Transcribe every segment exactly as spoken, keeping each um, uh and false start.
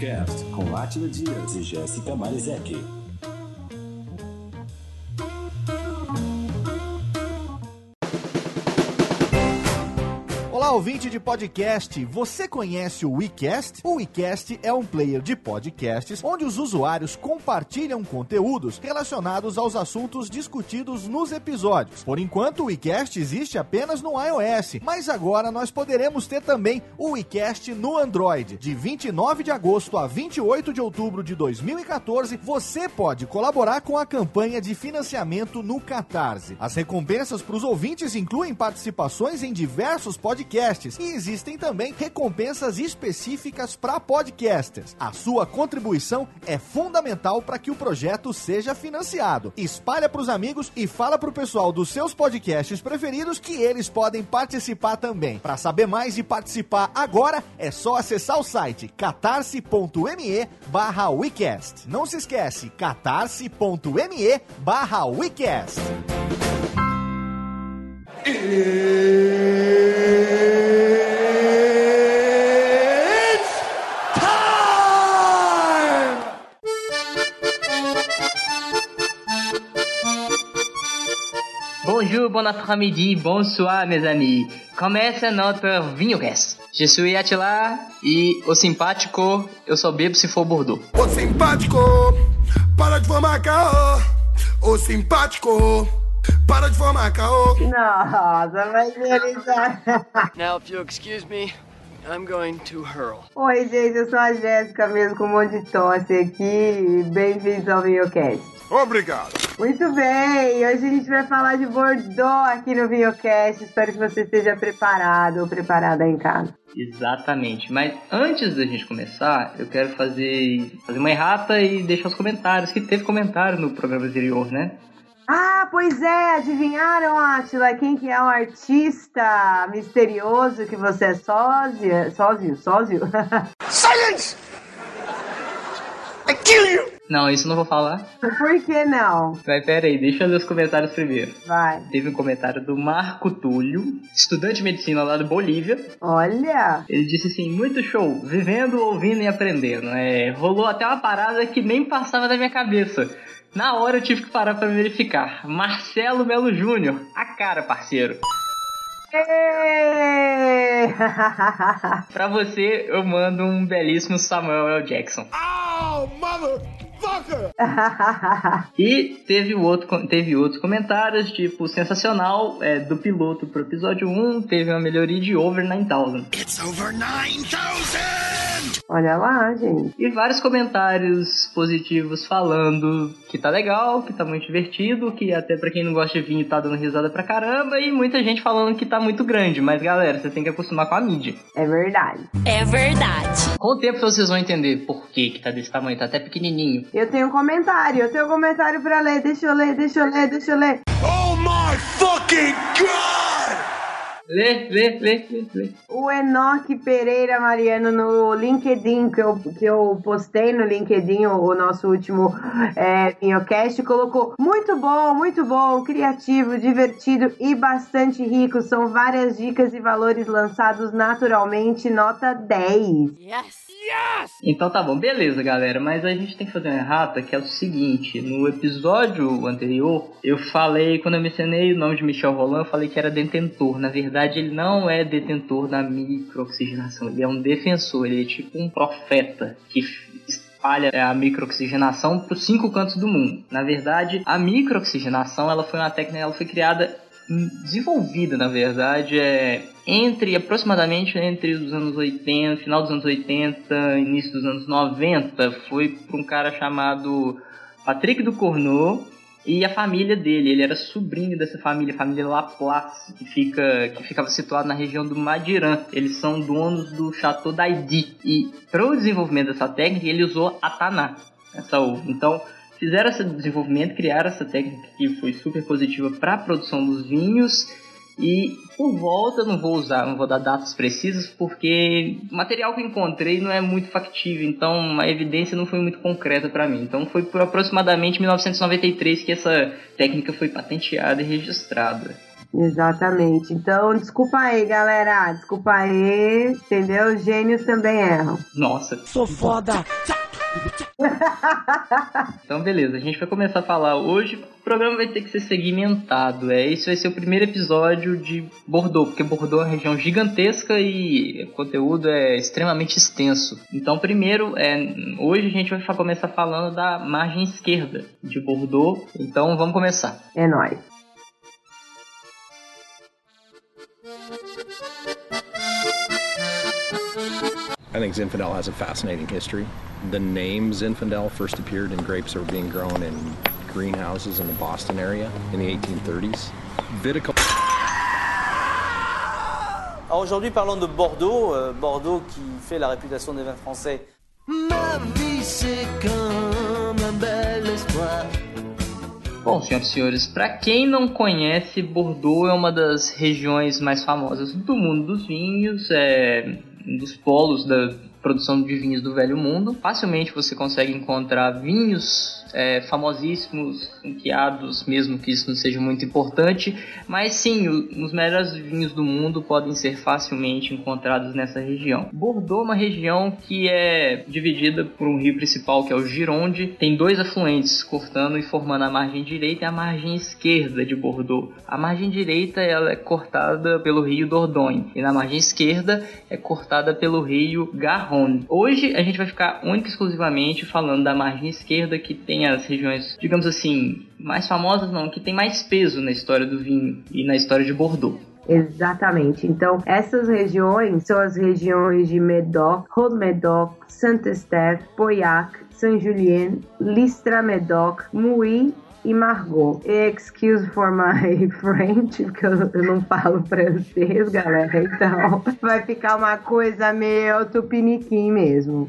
WeCast, com Átila Dias e Jéssica Marizek. Olá, ouvinte de podcast, você conhece o WeCast? O WeCast é um player de podcasts onde os usuários compartilham conteúdos relacionados aos assuntos discutidos nos episódios. Por enquanto, o WeCast existe apenas no iOS, mas agora nós poderemos ter também o WeCast no Android. De vinte e nove de agosto a vinte e oito de outubro de dois mil e quatorze, você pode colaborar com a campanha de financiamento no Catarse. As recompensas para os ouvintes incluem participações em diversos podcasts e existem também recompensas específicas para podcasters. A sua contribuição é fundamental para que o projeto seja financiado. Espalha para os amigos e fala para o pessoal dos seus podcasts preferidos que eles podem participar também. Para saber mais e participar agora, é só acessar o site catarse.me barra WeCast. Não se esquece, catarse.me barra WeCast. Bonjour, bon après-midi, bonsoir, mes amis. Começa notre VinhoCast. Je suis Atila e o simpático, eu só bebo se for Bordeaux. O simpático, para de formar caô. O simpático, para de formar caô. Nossa, mas ele tá... Now, if you'll excuse me, I'm going to hurl. Oi, gente, eu sou a Jéssica mesmo, com um monte de tosse aqui. Bem-vindos ao VinhoCast. Obrigado. Muito bem, hoje a gente vai falar de Bordeaux aqui no VinhoCast. Espero que você esteja preparado ou preparada em casa. Exatamente, mas antes da gente começar, eu quero fazer, fazer uma errata e deixar os comentários, que teve comentário no programa anterior, né? Ah, pois é, adivinharam, Átila, quem que é o artista misterioso que você é sósia? Sósio? Sósio? Silence! I kill you! Não, isso eu não vou falar. Por que não? Mas pera aí, deixa eu ler os comentários primeiro. Vai. Teve um comentário do Marco Túlio, estudante de medicina lá da Bolívia. Olha! Ele disse assim, muito show, vivendo, ouvindo e aprendendo. É, rolou até uma parada que nem passava da minha cabeça. Na hora eu tive que parar pra verificar. Marcelo Melo Júnior, a cara, parceiro. Pra você, eu mando um belíssimo Samuel L. Jackson. Oh, motherfucker! E teve, outro, teve outros comentários, tipo, sensacional, é, do piloto pro episódio um, teve uma melhoria de over nove mil. It's over nine thousand! Olha lá, gente. E vários comentários positivos falando que tá legal, que tá muito divertido, que até pra quem não gosta de vinho tá dando risada pra caramba, e muita gente falando que tá muito grande. Mas galera, você tem que acostumar com a mídia. É verdade. É verdade. Com o tempo vocês vão entender por que que tá desse tamanho, tá até pequenininho. Eu tenho um comentário, eu tenho um comentário pra ler. Deixa eu ler, deixa eu ler, deixa eu ler. Oh my fucking God! Lê, lê, lê, lê, lê. O Enoque Pereira Mariano no LinkedIn, que eu, que eu postei no LinkedIn, o, o nosso último é, VinhoCast, colocou muito bom, muito bom, criativo, divertido e bastante rico. São várias dicas e valores lançados naturalmente, nota dez. Yes! Yes! Então tá bom, beleza galera, mas a gente tem que fazer uma errata, que é o seguinte, no episódio anterior, eu falei, quando eu mencionei o nome de Michel Rolland, eu falei que era detentor. Na verdade, ele não é detentor da microoxigenação, ele é um defensor, ele é tipo um profeta que espalha a microoxigenação para os cinco cantos do mundo. Na verdade, a microoxigenação, ela foi uma técnica, ela foi criada, desenvolvida, na verdade, é entre aproximadamente entre os anos oitenta, final dos anos oitenta, início dos anos noventa, foi por um cara chamado Patrick Ducournau e a família dele. Ele era sobrinho dessa família, a família Laplace, que, fica, que ficava situada na região do Madiran. Eles são donos do Chateau d'Aidi. E para o desenvolvimento dessa técnica, ele usou a Taná, essa uva. Então, fizeram esse desenvolvimento, criaram essa técnica que foi super positiva para a produção dos vinhos. E por volta, não vou usar, não vou dar datas precisas, porque o material que eu encontrei não é muito factível, então a evidência não foi muito concreta para mim. Então foi por aproximadamente mil novecentos e noventa e três que essa técnica foi patenteada e registrada. Exatamente. Então, desculpa aí, galera. Desculpa aí, entendeu? Gênios também erram. Nossa. Sou foda! Então, beleza. A gente vai começar a falar hoje. O programa vai ter que ser segmentado. É, esse vai ser o primeiro episódio de Bordeaux, porque Bordeaux é uma região gigantesca e o conteúdo é extremamente extenso. Então, primeiro, é, hoje a gente vai começar falando da margem esquerda de Bordeaux. Então, vamos começar. É nóis. I think Zinfandel has a fascinating history. The name Zinfandel first appeared in grapes that were being grown in greenhouses in the Boston area in the eighteen thirties. Viticulture. Alors aujourd'hui, parlons de Bordeaux, euh, Bordeaux qui fait la réputation des vins français. Ma vie c'est comme un bel espoir. Bom, senhoras e senhores, para quem não conhece, Bordeaux é uma das regiões mais famosas do mundo dos vinhos, é um dos polos da produção de vinhos do Velho Mundo. Facilmente você consegue encontrar vinhos é, famosíssimos, ranqueados, mesmo que isso não seja muito importante, mas sim, o, os melhores vinhos do mundo podem ser facilmente encontrados nessa região. Bordeaux é uma região que é dividida por um rio principal, que é o Gironde. Tem dois afluentes cortando e formando a margem direita e a margem esquerda de Bordeaux. A margem direita ela é cortada pelo rio Dordogne e na margem esquerda é cortada pelo rio Garonne. Hoje a gente vai ficar única e exclusivamente falando da margem esquerda, que tem as regiões, digamos assim, mais famosas, não, que tem mais peso na história do vinho e na história de Bordeaux. Exatamente. Então, essas regiões são as regiões de Médoc, Haut-Médoc, Saint-Estèphe, Pauillac, Saint-Julien, Listre-Médoc, Mouilly e Margaux. Excuse for my French, porque eu, eu não falo francês, galera, então vai ficar uma coisa meio tupiniquim mesmo.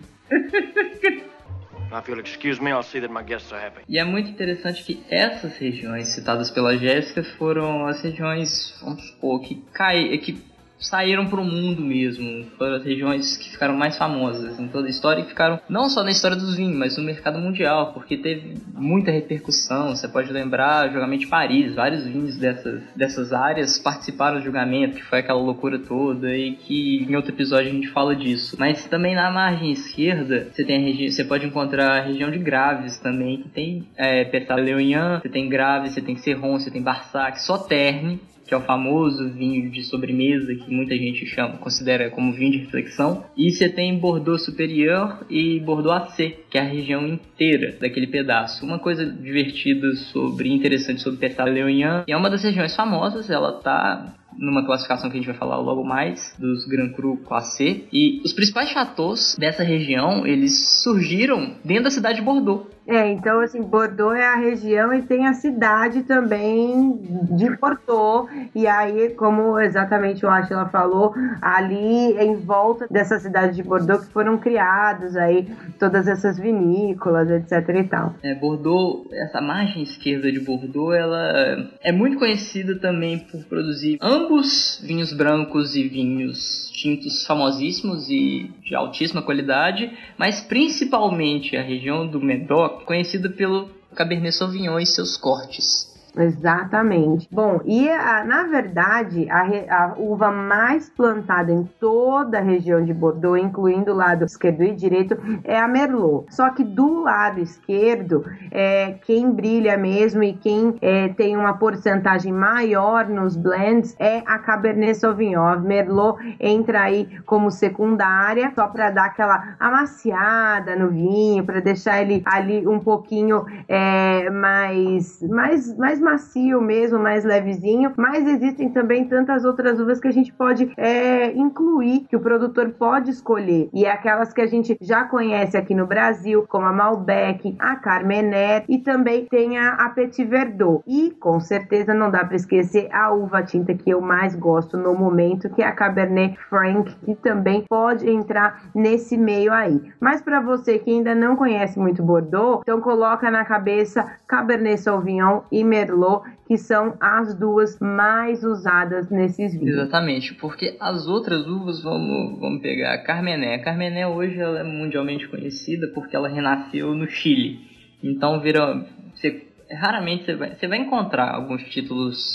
If you'll excuse me, I'll see that my guests are happy. E é muito interessante que essas regiões citadas pela Jéssica foram as regiões, vamos supor, que, cai, que saíram para o mundo mesmo. Foram as regiões que ficaram mais famosas em toda a história e ficaram não só na história dos vinhos, mas no mercado mundial, porque teve muita repercussão. Você pode lembrar o julgamento de Paris, vários vinhos dessas, dessas áreas participaram do julgamento, que foi aquela loucura toda, e que em outro episódio a gente fala disso. Mas também na margem esquerda você, tem a regi- você pode encontrar a região de Graves também, que tem é, Pétale-Léognan, você tem Graves, você tem Serron, você tem Barsac, Sauternes, que é o famoso vinho de sobremesa que muita gente chama, considera como vinho de reflexão. E você tem Bordeaux Supérieur e Bordeaux A C, que é a região inteira daquele pedaço. Uma coisa divertida sobre, interessante sobre Pétale-Léognan, é uma das regiões famosas, ela tá numa classificação que a gente vai falar logo mais, dos Grand Cru Classé. E os principais chateaus dessa região, eles surgiram dentro da cidade de Bordeaux. É, então assim, Bordeaux é a região e tem a cidade também de Bordeaux, e aí, como exatamente o Átila falou, ali em volta dessa cidade de Bordeaux que foram criados aí todas essas vinícolas, etc e tal. É, Bordeaux, essa margem esquerda de Bordeaux, ela é muito conhecida também por produzir ambos vinhos brancos e vinhos tintos famosíssimos e de altíssima qualidade, mas principalmente a região do Médoc, conhecida pelo Cabernet Sauvignon e seus cortes. Exatamente. Bom, e a, na verdade, a, a uva mais plantada em toda a região de Bordeaux, incluindo o lado esquerdo e direito, é a Merlot. Só que do lado esquerdo, é, quem brilha mesmo e quem é, tem uma porcentagem maior nos blends é a Cabernet Sauvignon. A Merlot entra aí como secundária, só para dar aquela amaciada no vinho, para deixar ele ali um pouquinho é, mais, mais, mais macio mesmo, mais levezinho, mas existem também tantas outras uvas que a gente pode é, incluir, que o produtor pode escolher, e é aquelas que a gente já conhece aqui no Brasil, como a Malbec, a Carmener, e também tem a, a Petit Verdot, e com certeza não dá para esquecer a uva tinta que eu mais gosto no momento, que é a Cabernet Franc, que também pode entrar nesse meio aí. Mas para você que ainda não conhece muito Bordeaux, então coloca na cabeça Cabernet Sauvignon e Merlot, que são as duas mais usadas nesses vinhos. Exatamente, porque as outras uvas, vamos, vamos pegar a Carmener. A Carmener hoje ela é mundialmente conhecida porque ela renasceu no Chile. Então, vira, você, raramente você vai, você vai encontrar alguns títulos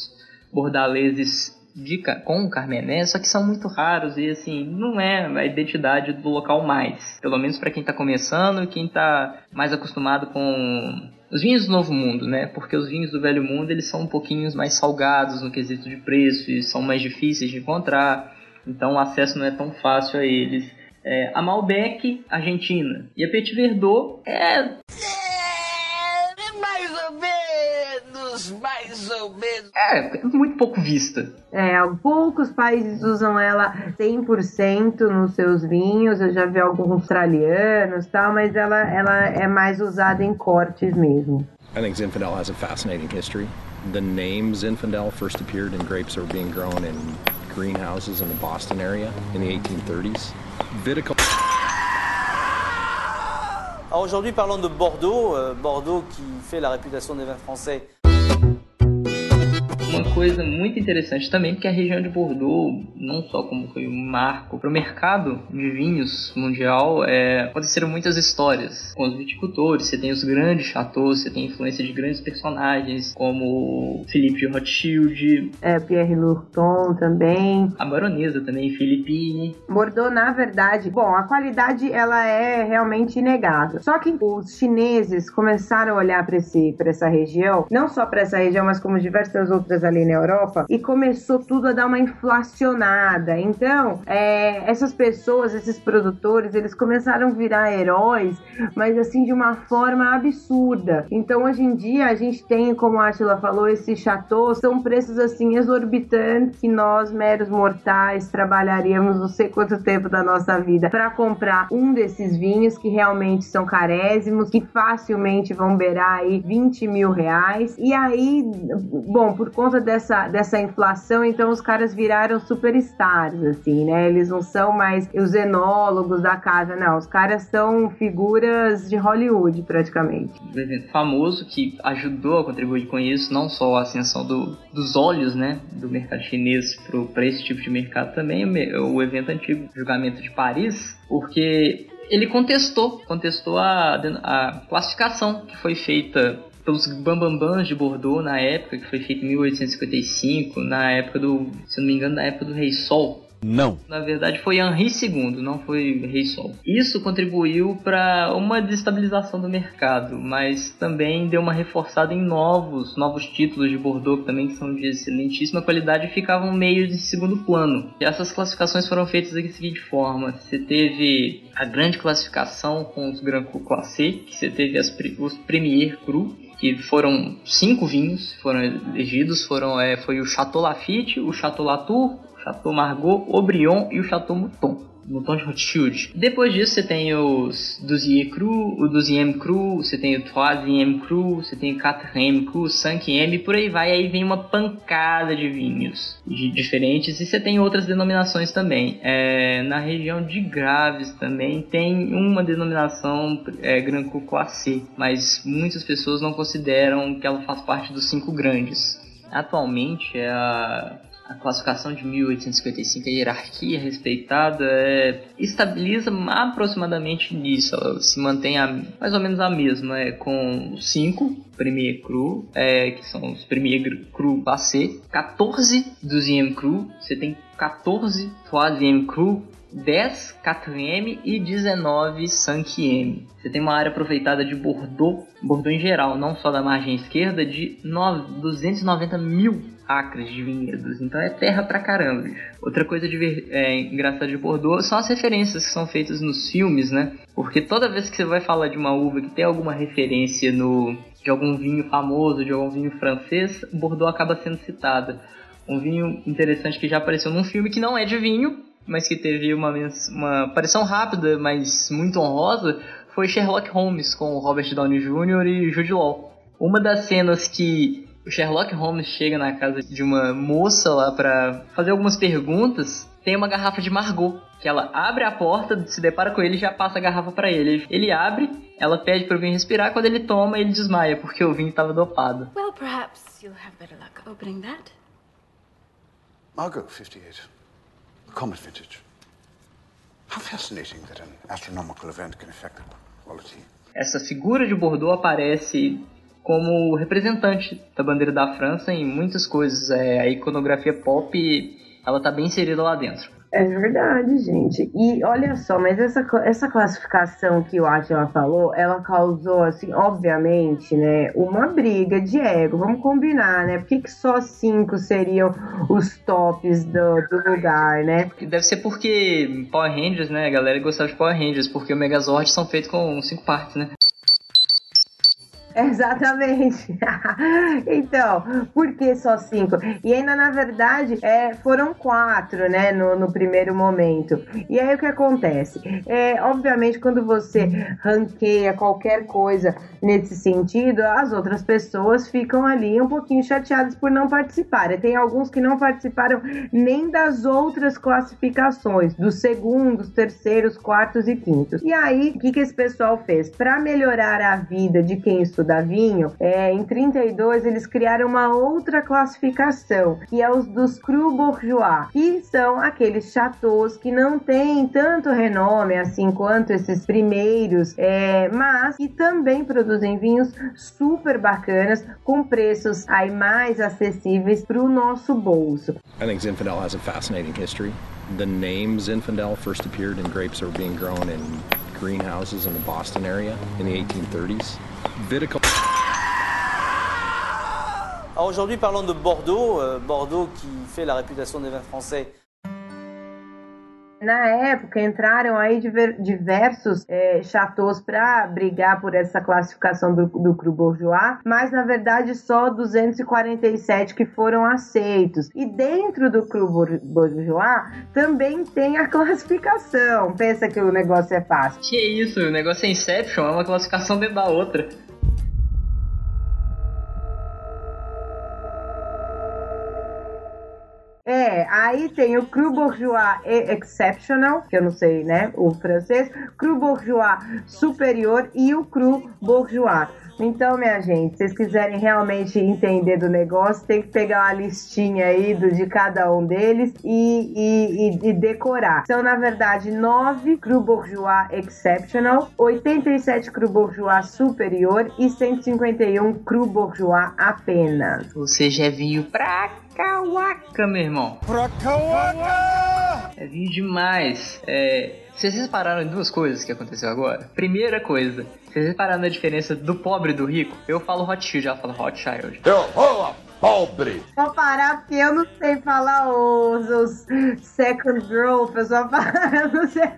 bordaleses de, com Carmené, só que são muito raros e assim, não é a identidade do local mais. Pelo menos para quem está começando e quem está mais acostumado com os vinhos do Novo Mundo, né? Porque os vinhos do Velho Mundo, eles são um pouquinho mais salgados no quesito de preço e são mais difíceis de encontrar, então o acesso não é tão fácil a eles. É, a Malbec, Argentina, e a Petit Verdot é... mais ou menos, mais ou menos. É, muito pouco vista. É, poucos países usam ela cem por cento nos seus vinhos, eu já vi alguns australianos e tal, mas ela, ela é mais usada em cortes mesmo. I think Zinfandel has a fascinating history. The name Zinfandel first appeared in grapes that were being grown in greenhouses in the Boston area in the eighteen thirties. Viticulture. Alors aujourd'hui, parlons de Bordeaux, euh, Bordeaux qui fait la réputation des vins français. Uma coisa muito interessante também, porque a região de Bordeaux, não só como foi um marco para o mercado de vinhos mundial, é, aconteceram muitas histórias com os viticultores. Você tem os grandes chateaus, você tem influência de grandes personagens como Philippe de Rothschild, é, Pierre Lurton também, a baronesa também, Philippine. Bordeaux, na verdade, bom, a qualidade ela é realmente inegável. Só que os chineses começaram a olhar para esse, para essa região, não só para essa região, mas como diversas outras ali na Europa, e começou tudo a dar uma inflacionada. Então, é, essas pessoas, esses produtores, eles começaram a virar heróis, mas assim, de uma forma absurda. Então, hoje em dia, a gente tem, como a Átila falou, esses chateaus, são preços assim exorbitantes que nós, meros mortais, trabalharíamos não sei quanto tempo da nossa vida para comprar um desses vinhos que realmente são carésimos, que facilmente vão beirar aí vinte mil reais. E aí, bom, por conta dessa, dessa inflação, então os caras viraram superstars, assim, né? Eles não são mais os enólogos da casa, não. Os caras são figuras de Hollywood, praticamente. Um evento famoso que ajudou a contribuir com isso, não só a ascensão do, dos olhos, né, do mercado chinês para esse tipo de mercado também, o, o evento antigo, Julgamento de Paris, porque ele contestou, contestou a, a classificação que foi feita pelos bambambãs de Bordeaux na época, que foi feito em mil oitocentos e cinquenta e cinco, na época do, se não me engano, na época do Rei Sol. Não. Na verdade foi Henri segundo, não foi Rei Sol. Isso contribuiu para uma desestabilização do mercado, mas também deu uma reforçada em novos, novos títulos de Bordeaux, que também são de excelentíssima qualidade e ficavam meio de segundo plano. E essas classificações foram feitas da seguinte forma: você teve a grande classificação com os Grand Cru Classé, que você teve as, os Premier Cru, que foram cinco vinhos, foram elegidos, foram, é, foi o Chateau Lafite, o Chateau Latour, o Chateau Margaux, o Brion e o Chateau Mouton, Mouton de Rothschild. Depois disso você tem os Douzième Cru, o Douzième Cru, você tem o Troisième Cru, você tem o Quatrième Cru, Cinquième, e por aí vai, aí vem uma pancada de vinhos de, diferentes, e você tem outras denominações também. É, na região de Graves também tem uma denominação, é, Grand Cru Classé, mas muitas pessoas não consideram que ela faz parte dos cinco grandes. Atualmente é a... A classificação de mil oitocentos e cinquenta e cinco, a hierarquia respeitada, é, estabiliza aproximadamente nisso. Ela se mantém a, mais ou menos a mesma, é, com cinco Premier Cru, é, que são os Premier Cru Classé, quatorze Douzième Cru, você tem quatorze Troisième Cru, dez Quatrième e dezenove Cinquième. Você tem uma área aproveitada de Bordeaux, Bordeaux em geral, não só da margem esquerda, de duzentos e noventa mil acres de vinhedos, então é terra pra caramba. Outra coisa de ver, é, engraçada de Bordeaux são as referências que são feitas nos filmes, né? Porque toda vez que você vai falar de uma uva que tem alguma referência no, de algum vinho famoso, de algum vinho francês, Bordeaux acaba sendo citada. Um vinho interessante que já apareceu num filme que não é de vinho, mas que teve uma, uma aparição rápida, mas muito honrosa, foi Sherlock Holmes, com Robert Downey Júnior e Jude Law. Uma das cenas que o Sherlock Holmes chega na casa de uma moça lá pra fazer algumas perguntas, tem uma garrafa de Margaux, que ela abre a porta, se depara com ele e já passa a garrafa pra ele. Ele abre, ela pede pro vinho respirar, quando ele toma, ele desmaia, porque o vinho estava dopado. Well, perhaps you'll have better luck opening that. Margaux, fifty-eight. A comet vintage. How fascinating that an astronomical event can affect the quality. Essa figura de Bordeaux aparece como representante da bandeira da França em muitas coisas. É, a iconografia pop, ela tá bem inserida lá dentro. É verdade, gente. E olha só, mas essa, essa classificação que o Átila falou, ela causou, assim, obviamente, né, uma briga de ego. Vamos combinar, né? Por que, que só cinco seriam os tops do, do lugar, né? Deve ser porque Power Rangers, né? A galera gostava de Power Rangers, porque o Megazord são feitos com cinco partes, né? Exatamente. Então, por que só cinco? E ainda, na verdade, é, foram quatro, né, no, no primeiro momento. E aí, o que acontece? É, obviamente, quando você ranqueia qualquer coisa nesse sentido, as outras pessoas ficam ali um pouquinho chateadas por não participarem. Tem alguns que não participaram nem das outras classificações, dos segundos, terceiros, quartos e quintos. E aí, o que, que esse pessoal fez? Para melhorar a vida de quem estuda vinho, é, em trinta e dois eles criaram uma outra classificação, que é os dos Cru Bourgeois, que são aqueles chateaus que não têm tanto renome assim quanto esses primeiros, é, mas que também produzem vinhos super bacanas, com preços aí mais acessíveis para o nosso bolso. I think Zinfandel has a fascinating history. The name Zinfandel first appeared in grapes that were being grown in greenhouses in the Boston area in the eighteen thirties. Viticulture. Alors aujourd'hui, parlons de Bordeaux, euh, Bordeaux qui fait la réputation des vins français. Na época entraram aí diver, diversos é, chateaus para brigar por essa classificação do, do Cru Bourgeois, mas na verdade só duzentos e quarenta e sete que foram aceitos. E dentro do Cru Bourgeois também tem a classificação. Pensa que o negócio é fácil. Que isso, o negócio é Inception, é uma classificação dentro da outra. É, aí tem o Cru Bourgeois Exceptional, que eu não sei, né, o francês, Cru Bourgeois Superior e o Cru Bourgeois. Então, minha gente, se vocês quiserem realmente entender do negócio, tem que pegar uma listinha aí do, de cada um deles e, e, e, e decorar. São, na verdade, nove Cru Bourgeois Exceptional, oitenta e sete Cru Bourgeois Superior e cento e cinquenta e um Cru Bourgeois apenas. Ou seja, é vinho pra cauaca, meu irmão. Pra cauaca! É vinho demais. É... Vocês repararam em duas coisas que aconteceu agora? Primeira coisa, vocês repararam na diferença do pobre e do rico? Eu falo Rothschild, ela fala Rothschild. Eu vou pobre! Vou parar porque eu não sei falar os, os second growth, eu só falo, eu não sei.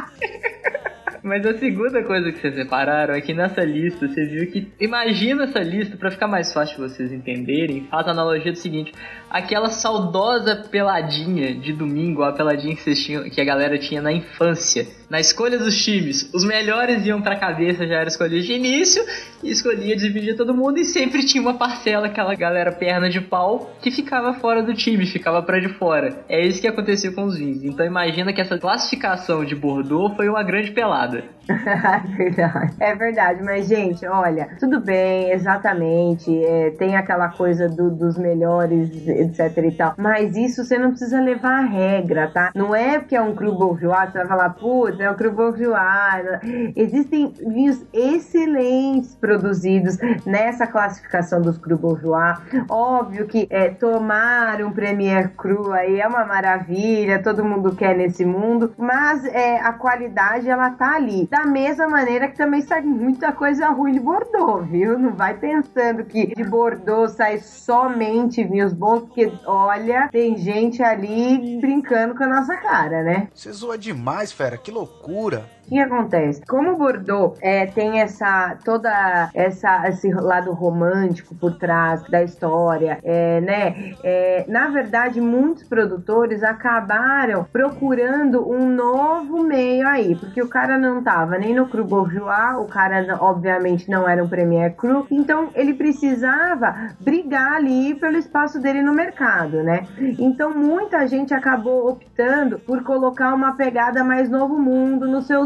Mas a segunda coisa que vocês repararam é que nessa lista, você viu que... Imagina essa lista, pra ficar mais fácil de vocês entenderem, faz a analogia do seguinte: aquela saudosa peladinha de domingo, a peladinha que, vocês tinham, que a galera tinha na infância. Na escolha dos times, os melhores iam pra cabeça, já era escolhido de início, e escolhia dividir todo mundo, e sempre tinha uma parcela, aquela galera perna de pau, que ficava fora do time, ficava pra de fora. É isso que aconteceu com os vinhos. Então imagina que essa classificação de Bordeaux foi uma grande pelada. É verdade, é verdade, mas gente, olha, tudo bem, exatamente, é, tem aquela coisa do, dos melhores, etc e tal, mas isso você não precisa levar a regra, tá? Não é porque é um Cru Bourgeois, você vai falar, putz, é um Cru Bourgeois. Existem vinhos excelentes produzidos nessa classificação dos Cru Bourgeois. Óbvio que é, tomar um Premier Cru aí é uma maravilha, todo mundo quer nesse mundo, mas é, a qualidade, ela tá ali. Da mesma maneira que também sai muita coisa ruim de Bordeaux, viu? Não vai pensando que de Bordeaux sai somente vinhos bons, porque, olha, tem gente ali brincando com a nossa cara, né? Você zoa demais, fera, que loucura. O que acontece? Como o Bordeaux é, tem essa toda essa esse lado romântico por trás da história, é, né? É, na verdade, muitos produtores acabaram procurando um novo meio aí, porque o cara não tava nem no Cru Bourgeois, o cara obviamente não era um Premier Cru, então ele precisava brigar ali pelo espaço dele no mercado, né? Então muita gente acabou optando por colocar uma pegada mais novo mundo nos seus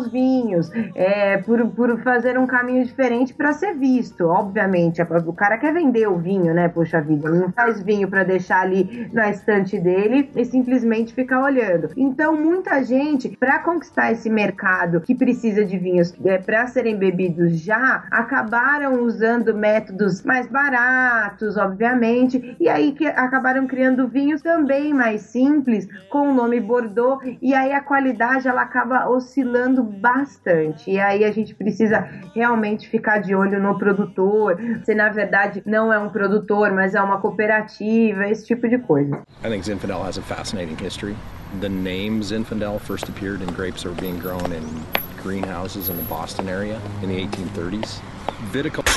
vinhos, é, por, por fazer um caminho diferente para ser visto, obviamente. O cara quer vender o vinho, né? Poxa vida, ele não faz vinho para deixar ali na estante dele e simplesmente ficar olhando. Então, muita gente, para conquistar esse mercado que precisa de vinhos é, para serem bebidos já, acabaram usando métodos mais baratos, obviamente, e aí que acabaram criando vinhos também mais simples, com o nome Bordeaux, e aí a qualidade ela acaba oscilando bastante. E aí a gente precisa realmente ficar de olho no produtor, se na verdade não é um produtor, mas é uma cooperativa, esse tipo de coisa. I think Zinfandel has a fascinating history. The name Zinfandel first appeared in grapes that were being grown in greenhouses in the Boston area in the eighteen thirties. Viticulture.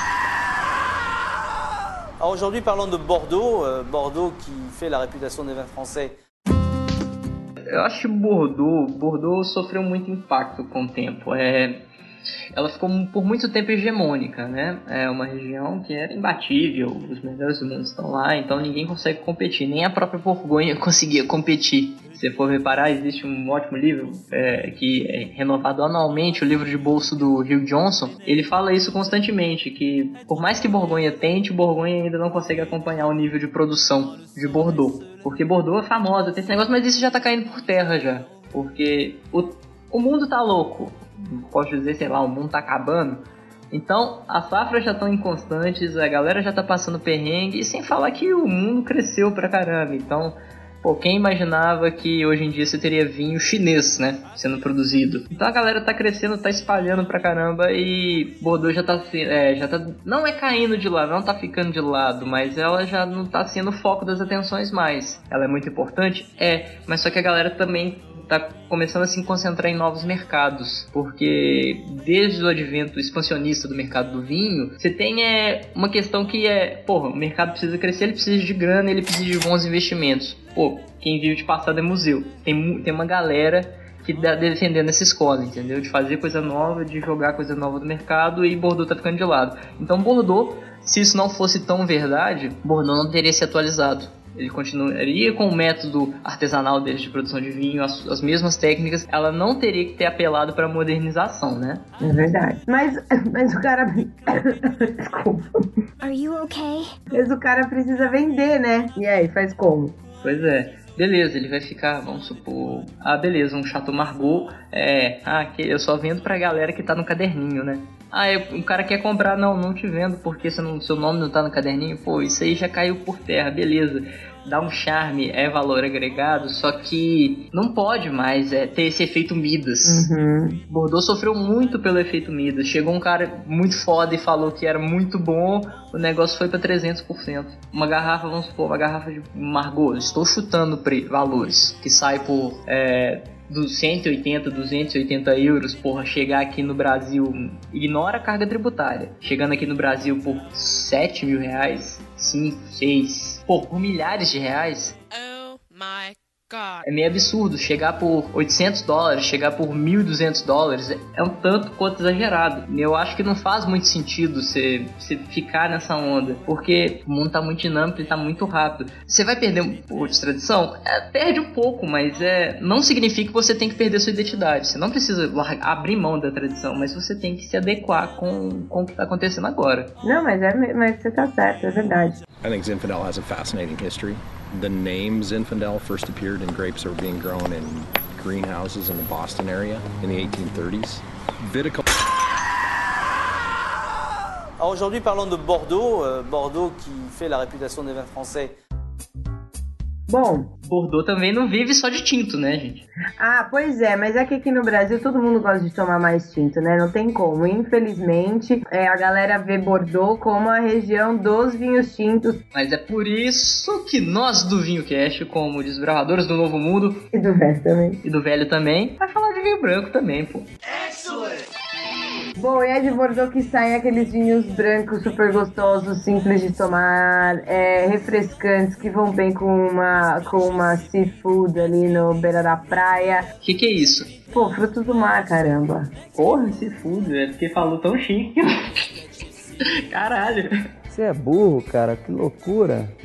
Alors aujourd'hui, parlons de Bordeaux, euh, Bordeaux qui fait la réputation des vins français. Eu acho que Bordeaux, Bordeaux sofreu muito impacto com o tempo. É, ela ficou por muito tempo hegemônica, né? É uma região que era imbatível, os melhores do mundo estão lá, então ninguém consegue competir, nem a própria Borgonha conseguia competir. Se você for reparar, existe um ótimo livro é, que é renovado anualmente, o livro de bolso do Hugh Johnson. Ele fala isso constantemente, que por mais que Borgonha tente, Borgonha ainda não consegue acompanhar o nível de produção de Bordeaux. Porque Bordeaux é famosa, tem esse negócio, mas isso já tá caindo por terra já. Porque o, o mundo tá louco. Posso dizer, sei lá, o mundo tá acabando. Então, as safras já estão inconstantes, a galera já tá passando perrengue, e sem falar que o mundo cresceu pra caramba. Então, pô, quem imaginava que hoje em dia você teria vinho chinês, né, sendo produzido? Então a galera tá crescendo, tá espalhando pra caramba, e Bordeaux já tá, é, já tá, não é caindo de lado, não tá ficando de lado, mas ela já não tá sendo o foco das atenções mais. Ela é muito importante? É, mas só que a galera também tá começando a se concentrar em novos mercados, porque desde o advento expansionista do mercado do vinho, você tem é, uma questão que é, porra, o mercado precisa crescer, ele precisa de grana, ele precisa de bons investimentos. Pô, quem vive de passado é museu. Tem, tem uma galera que tá defendendo essa escola, entendeu? De fazer coisa nova, de jogar coisa nova no mercado, e Bordeaux tá ficando de lado. Então Bordeaux, se isso não fosse tão verdade, Bordeaux não teria se atualizado. Ele continuaria com o método artesanal deles de produção de vinho, as, as mesmas técnicas. Ela não teria que ter apelado para a modernização, né? É verdade. Mas, mas o cara... Desculpa. Are you okay? Mas o cara precisa vender, né? E aí, faz como? Pois é. Beleza, ele vai ficar, vamos supor... Ah, beleza, um Chateau Margaux. É, ah, que eu só vendo pra galera que tá no caderninho, né? Ah, eu, o cara quer comprar, não, não te vendo porque você não, seu nome não tá no caderninho. Pô, isso aí já caiu por terra, beleza. Dá um charme, é valor agregado, só que não pode mais é, ter esse efeito Midas. Uhum. Bordeaux sofreu muito pelo efeito Midas. Chegou um cara muito foda e falou que era muito bom, o negócio foi pra trezentos por cento. Uma garrafa, vamos supor, uma garrafa de Margaux, estou chutando pre- valores, que sai por... É, dos cento e oitenta, duzentos e oitenta euros, porra, chegar aqui no Brasil, ignora a carga tributária, chegando aqui no Brasil por sete mil reais, cinco, seis, pô, por milhares de reais. Oh my God. É meio absurdo, chegar por oitocentos dólares, chegar por mil e duzentos dólares, é um tanto quanto exagerado. Eu acho que não faz muito sentido você, você ficar nessa onda, porque o mundo tá muito dinâmico e tá muito rápido. Você vai perder um pouco de tradição? É, perde um pouco, mas é, não significa que você tem que perder sua identidade. Você não precisa abrir mão da tradição, mas você tem que se adequar com, com o que tá acontecendo agora. Não, mas, é, mas você tá certo, é verdade. I think Zinfandel has a fascinating history. The name Zinfandel first appeared in grapes that were being grown in greenhouses in the Boston area in the eighteen thirties. Viticulture. Alors aujourd'hui, parlons de Bordeaux, euh, Bordeaux qui fait la réputation des vins français. Bom, Bordeaux também não vive só de tinto, né, gente? Ah, pois é, mas é que aqui no Brasil todo mundo gosta de tomar mais tinto, né? Não tem como. Infelizmente, é, a galera vê Bordeaux como a região dos vinhos tintos. Mas é por isso que nós do Vinho Cast, como desbravadores do Novo Mundo... E do velho também. E do velho também, vai falar de vinho branco também, pô. Excellent! Bom, e é de Bordeaux que saem aqueles vinhos brancos super gostosos, simples de tomar, é, refrescantes, que vão bem com uma, com uma seafood ali no beira da praia. O que que é isso? Pô, frutos do mar, caramba. Porra, seafood, é porque falou tão chique. Caralho. Você é burro, cara, que loucura.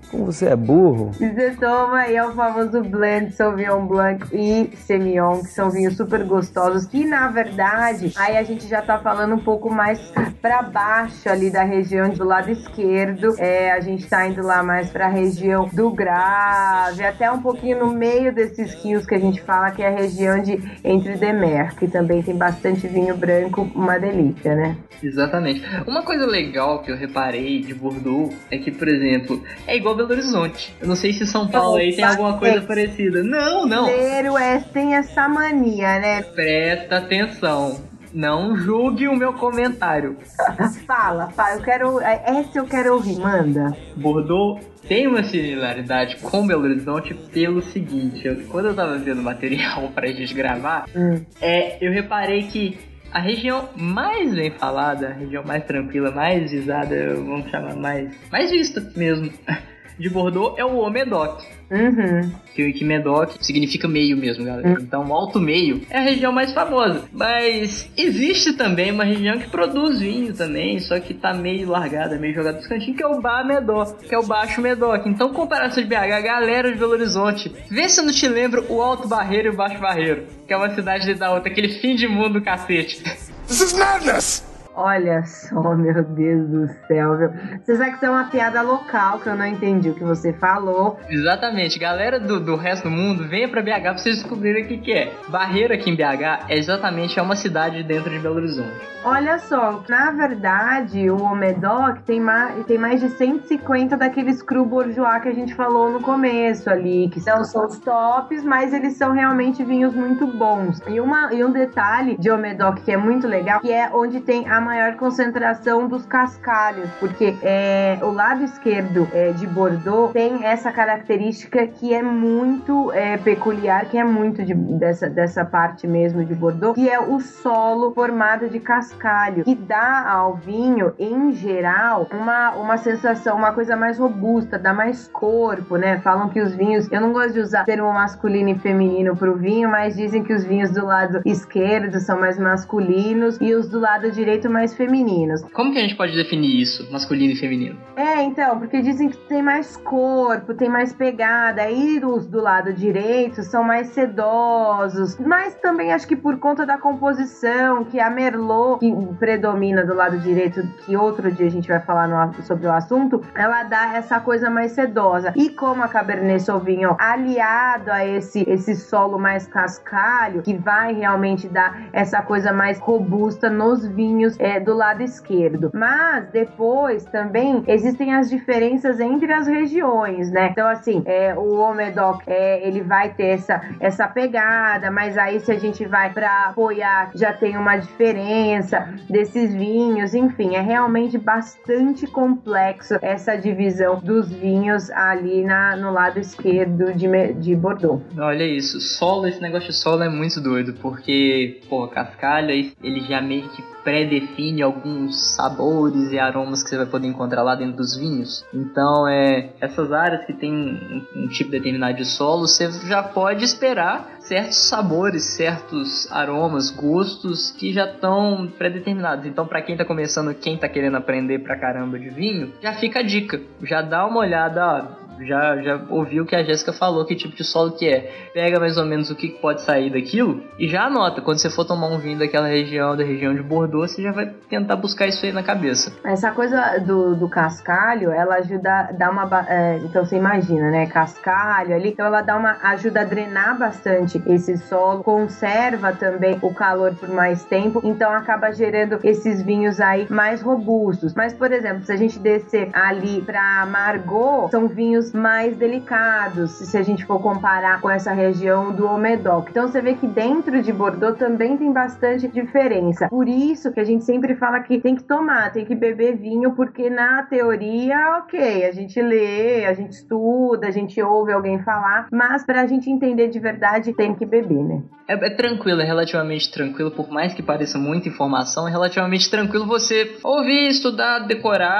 Como você é burro. E você toma aí é o famoso blend Sauvignon Blanc e Semillon, que são vinhos super gostosos, que na verdade, aí a gente já tá falando um pouco mais pra baixo ali da região do lado esquerdo, é, a gente tá indo lá mais pra região do Grave, até um pouquinho no meio desses rios que a gente fala que é a região de Entre-deux-Mers, que também tem bastante vinho branco, uma delícia, né? Exatamente. Uma coisa legal que eu reparei de Bordeaux é que, por exemplo, é igual Belo Horizonte. Eu não sei se São Paulo aí tem alguma coisa parecida. Não, não. Brasileiro é, tem essa mania, né? Presta atenção. Não julgue o meu comentário. Fala, fala. Eu quero... Essa eu quero ouvir, manda. Bordeaux tem uma similaridade com Belo Horizonte pelo seguinte. Eu, quando eu tava vendo material pra gente gravar, hum. é, eu reparei que a região mais bem falada, a região mais tranquila, mais visada, vamos chamar mais... Mais vista mesmo, de Bordeaux é o Haut-Médoc. Uhum. Que, que Médoc significa meio mesmo, galera. Uhum. Então, o Alto Meio é a região mais famosa. Mas existe também uma região que produz vinho também, só que tá meio largada, meio jogada nos cantinhos, que é o Bas Médoc, que é o Baixo Médoc. Então, comparação de B H, galera de Belo Horizonte, vê se eu não te lembro o Alto Barreiro e o Baixo Barreiro, que é uma cidade da outra, aquele fim de mundo do cacete. This is madness! Olha só, meu Deus do céu, viu? Você sabe que isso é uma piada local, que eu não entendi o que você falou. Exatamente. Galera do, do resto do mundo, venha pra B H pra vocês descobrirem o que, que é. Barreiro aqui em B H é exatamente é uma cidade dentro de Belo Horizonte. Olha só, na verdade, o Haut-Médoc tem mais, tem mais de cento e cinquenta daqueles cru bourgeois que a gente falou no começo ali, que são, são os tops, mas eles são realmente vinhos muito bons. E, uma, e um detalhe de Haut-Médoc que é muito legal, que é onde tem a maior concentração dos cascalhos, porque é, o lado esquerdo é, de Bordeaux tem essa característica que é muito é, peculiar, que é muito de, dessa, dessa parte mesmo de Bordeaux, que é o solo formado de cascalho, que dá ao vinho, em geral, uma, uma sensação, uma coisa mais robusta, dá mais corpo, né? Falam que os vinhos, eu não gosto de usar termo masculino e feminino pro vinho, mas dizem que os vinhos do lado esquerdo são mais masculinos e os do lado direito mais femininos. Como que a gente pode definir isso, masculino e feminino? É, então, porque dizem que tem mais corpo, tem mais pegada, aí os do lado direito são mais sedosos, mas também acho que por conta da composição, que a Merlot, que predomina do lado direito, que outro dia a gente vai falar no, sobre o assunto, ela dá essa coisa mais sedosa. E como a Cabernet Sauvignon, aliado a esse, esse solo mais cascalho, que vai realmente dar essa coisa mais robusta nos vinhos é, do lado esquerdo. Mas depois também existem as diferenças entre as regiões, né? Então assim, é, o Haut-Médoc é, ele vai ter essa, essa pegada, mas aí se a gente vai para Pauillac já tem uma diferença desses vinhos, enfim, é realmente bastante complexo essa divisão dos vinhos ali na, no lado esquerdo de, de Bordeaux. Olha isso, solo, esse negócio de solo é muito doido, porque, pô, cascalho, ele já meio que pré-define alguns sabores e aromas que você vai poder encontrar lá dentro dos vinhos. Então, é, essas áreas que tem um, um tipo determinado de solo, você já pode esperar certos sabores, certos aromas, gostos que já estão pré-determinados. Então, para quem tá começando, quem tá querendo aprender pra caramba de vinho, já fica a dica. Já dá uma olhada, ó, já, já ouviu o que a Jéssica falou, que tipo de solo que é. Pega mais ou menos o que pode sair daquilo e já anota. Quando você for tomar um vinho daquela região, da região de Bordeaux, você já vai tentar buscar isso aí na cabeça. Essa coisa do, do cascalho, ela ajuda a dar uma... É, então você imagina, né? Cascalho ali. Então ela dá uma... ajuda a drenar bastante esse solo. Conserva também o calor por mais tempo. Então acaba gerando esses vinhos aí mais robustos. Mas, por exemplo, se a gente descer ali pra Margaux, são vinhos mais delicados, se a gente for comparar com essa região do Haut-Médoc. Então você vê que dentro de Bordeaux também tem bastante diferença. Por isso que a gente sempre fala que tem que tomar, tem que beber vinho, porque na teoria, ok, a gente lê, a gente estuda, a gente ouve alguém falar, mas pra gente entender de verdade tem que beber, né? É, é tranquilo, é relativamente tranquilo, por mais que pareça muita informação, é relativamente tranquilo você ouvir, estudar, decorar,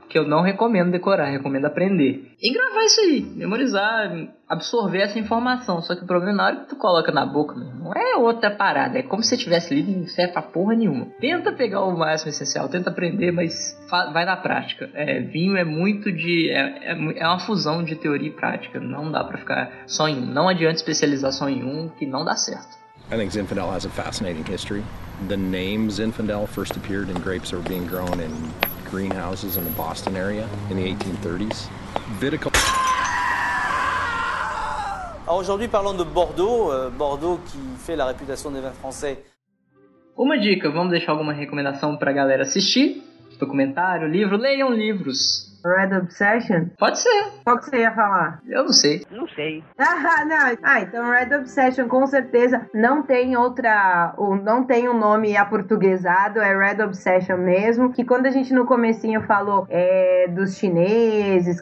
que eu não recomendo decorar, recomendo aprender. E gravar isso aí, memorizar, absorver essa informação. Só que o problema é na hora que tu coloca na boca, não é outra parada, é como se você tivesse lido e não serve pra porra nenhuma. Tenta pegar o máximo essencial, tenta aprender, mas vai na prática. É, vinho é muito de... É, é, é uma fusão de teoria e prática, não dá pra ficar só em um. Não adianta especializar só em um, que não dá certo. I think Zinfandel has a fascinating history. The name Zinfandel first appeared in grapes that were being grown in greenhouses in the Boston area in the eighteen thirties. Viticulture. Alors aujourd'hui, parlons de Bordeaux, euh, Bordeaux qui fait la réputation des vins français. Uma dica, vamos deixar alguma recomendação pra galera assistir? Documentário, livro, leiam livros. Red Obsession? Pode ser. Qual que você ia falar? Eu não sei. Não sei. Ah, não. Ah, então Red Obsession com certeza não tem outra... Não tem um nome aportuguesado, é Red Obsession mesmo. Que quando a gente no comecinho falou é, dos chineses...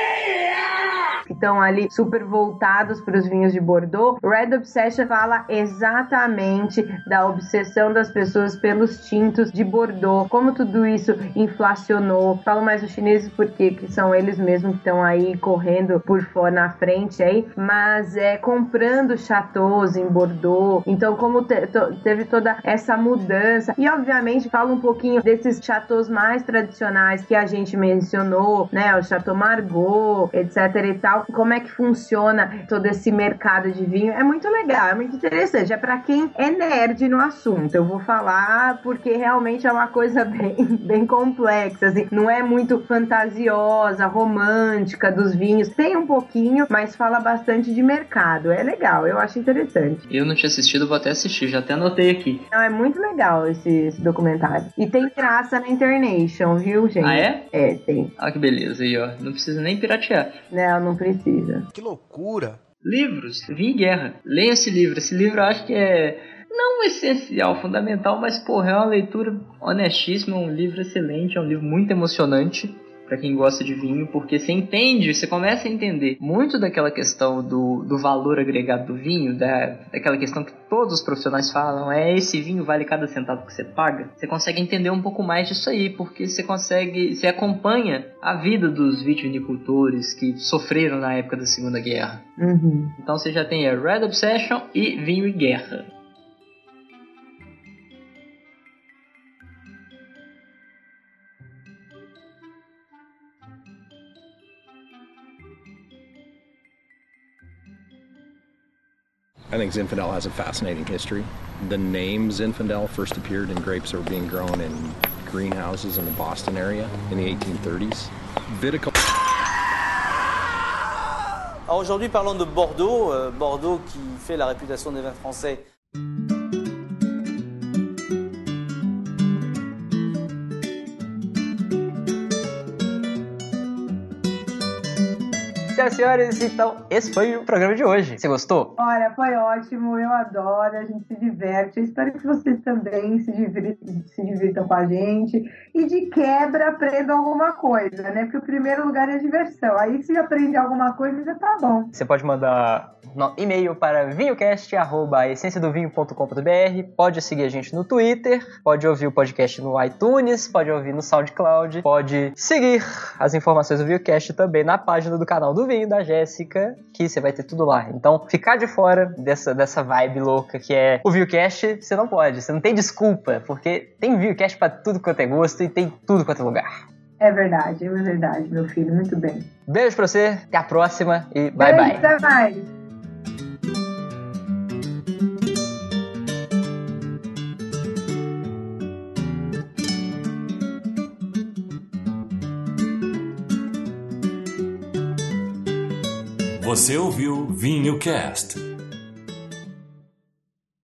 que estão ali super voltados para os vinhos de Bordeaux, Red Obsession fala exatamente da obsessão das pessoas pelos tintos de Bordeaux, como tudo isso inflacionou. Falo mais dos chineses porque que são eles mesmos que estão aí correndo por fora na frente aí, mas é comprando chateaus em Bordeaux. Então como te, to, teve toda essa mudança e obviamente fala um pouquinho desses chateaus mais tradicionais que a gente mencionou, né, o Chateau Margaux, etc e tal. Como é que funciona todo esse mercado de vinho? É muito legal, é muito interessante. É para quem é nerd no assunto. Eu vou falar porque realmente é uma coisa bem, bem complexa, assim. Não é muito fantasiosa, romântica dos vinhos. Tem um pouquinho, mas fala bastante de mercado. É legal, eu acho interessante. Eu não tinha assistido, vou até assistir, já até anotei aqui. Não, é muito legal esse, esse documentário. E tem graça na Internation, viu, gente? Ah, é? É, tem. Ah, que beleza aí, ó. Não precisa nem piratear. Não, não precisa. Que loucura! Livros, Vinho e Guerra. Leia esse livro. Esse livro eu acho que é não essencial, fundamental, mas porra, é uma leitura honestíssima, um livro excelente, é um livro muito emocionante para quem gosta de vinho, porque você entende, você começa a entender muito daquela questão do, do valor agregado do vinho, da, daquela questão que todos os profissionais falam, é esse vinho vale cada centavo que você paga. Você consegue entender um pouco mais disso aí, porque você consegue, você acompanha a vida dos vitivinicultores que sofreram na época da Segunda Guerra. Uhum. Então você já tem a Red Obsession e Vinho e Guerra. I think Zinfandel has a fascinating history. The name Zinfandel first appeared in grapes that were being grown in greenhouses in the Boston area in the eighteen thirties. Viticulture. Alors aujourd'hui, parlons de Bordeaux, euh, Bordeaux qui fait la réputation des vins français. Senhoras e senhores, então esse foi o programa de hoje. Você gostou? Olha, foi ótimo, eu adoro, a gente se diverte. Eu espero que vocês também se divirtam, se divirtam com a gente e de quebra aprendam alguma coisa, né? Porque o primeiro lugar é a diversão. Aí se aprender alguma coisa já tá bom. Você pode mandar no e-mail para vinhocast arroba essência do vinho ponto com ponto b r, pode seguir a gente no Twitter, pode ouvir o podcast no iTunes, pode ouvir no SoundCloud, pode seguir as informações do VinhoCast também na página do canal do Vinho da Jéssica, que você vai ter tudo lá. Então, ficar de fora dessa, dessa vibe louca que é o VinhoCast, você não pode, você não tem desculpa, porque tem VinhoCast pra tudo quanto é gosto e tem tudo quanto é lugar. É verdade, é verdade, meu filho, muito bem. Beijo pra você, até a próxima e bye bye. Até mais. Você ouviu VinhoCast.